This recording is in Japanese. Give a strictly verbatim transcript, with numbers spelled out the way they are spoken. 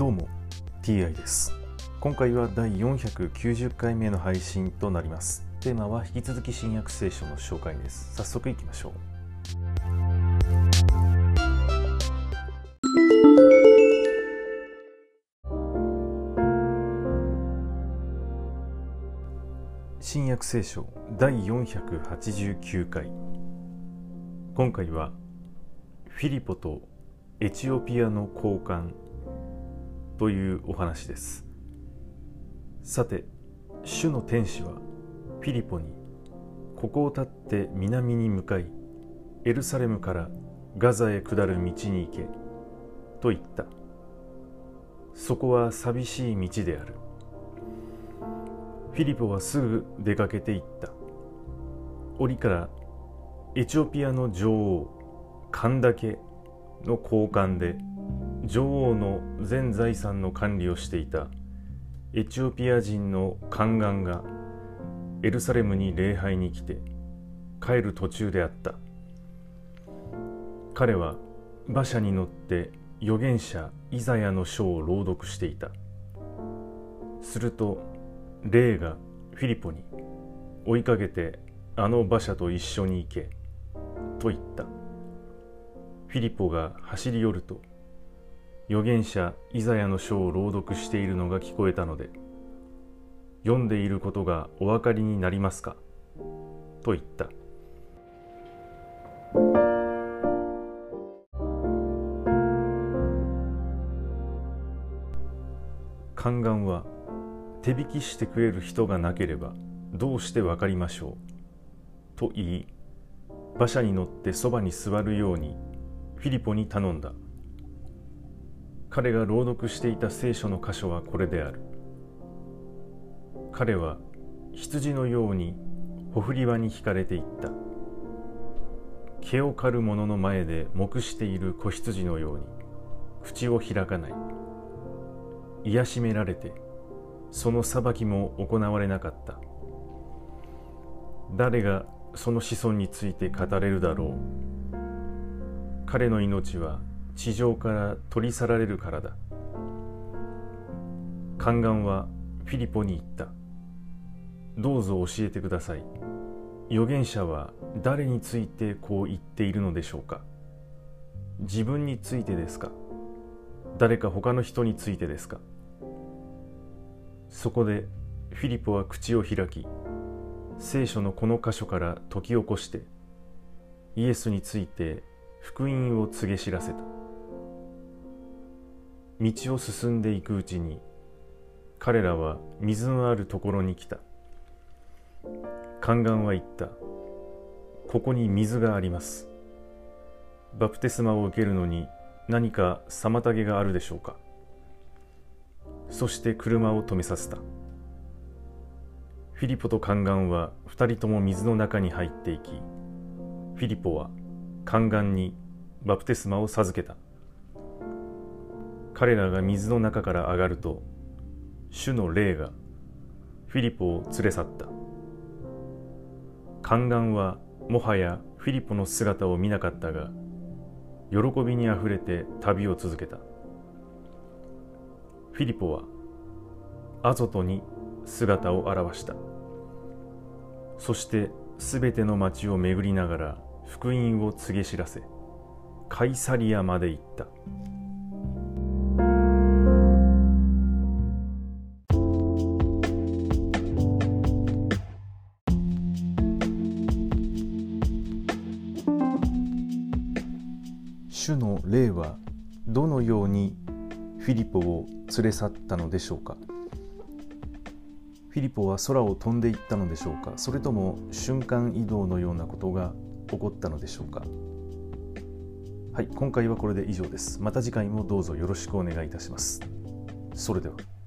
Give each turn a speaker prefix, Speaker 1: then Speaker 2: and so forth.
Speaker 1: どうも ティーアイ です。今回はだいよんひゃくきゅうじゅっかいめの配信となります。テーマは引き続き新約聖書の紹介です。早速いきましょう。新約聖書だいよんひゃくはちじゅうきゅうかい。今回はフィリポとエチオピアの交換というお話です。さて、主の天使はフィリポに、ここを立って南に向かい、エルサレムからガザへ下る道に行けと言った。そこは寂しい道である。フィリポはすぐ出かけて行った。折からエチオピアの女王カンダケの高官で女王の全財産の管理をしていたエチオピア人の宦官がエルサレムに礼拝に来て帰る途中であった。彼は馬車に乗って預言者イザヤの書を朗読していた。すると霊がフィリポに、追いかけてあの馬車と一緒に行けと言った。フィリポが走り寄ると、預言者イザヤの書を朗読しているのが聞こえたので、読んでいることがお分かりになりますかと言った。宦官は、手引きしてくれる人がなければどうして分かりましょうと言い、馬車に乗ってそばに座るようにフィリポに頼んだ。彼が朗読していた聖書の箇所はこれである。彼は羊のようにほふり場に引かれていった。毛を刈る者の前で黙している子羊のように口を開かない。癒しめられてその裁きも行われなかった。誰がその子孫について語れるだろう。彼の命は地上から取り去られるからだ。宦官はフィリポに言った。どうぞ教えてください。預言者は誰についてこう言っているのでしょうか。自分についてですか。誰か他の人についてですか。そこでフィリポは口を開き、聖書のこの箇所から解き起こしてイエスについて福音を告げ知らせた。道を進んでいくうちに彼らは水のあるところに来た。宦官は言った。ここに水があります。バプテスマを受けるのに何か妨げがあるでしょうか。そして車を止めさせた。フィリポと宦官は二人とも水の中に入っていき、フィリポは宦官にバプテスマを授けた。彼らが水の中から上がると、主の霊がフィリポを連れ去った。宦官はもはやフィリポの姿を見なかったが、喜びにあふれて旅を続けた。フィリポはアゾトに姿を現した。そしてすべての町を巡りながら福音を告げ知らせ、カイサリアまで行った。主の霊はどのようにフィリポを連れ去ったのでしょうか。フィリポは空を飛んでいったのでしょうか。それとも瞬間移動のようなことが起こったのでしょうか。はい、今回はこれで以上です。また次回もどうぞよろしくお願いいたします。それでは。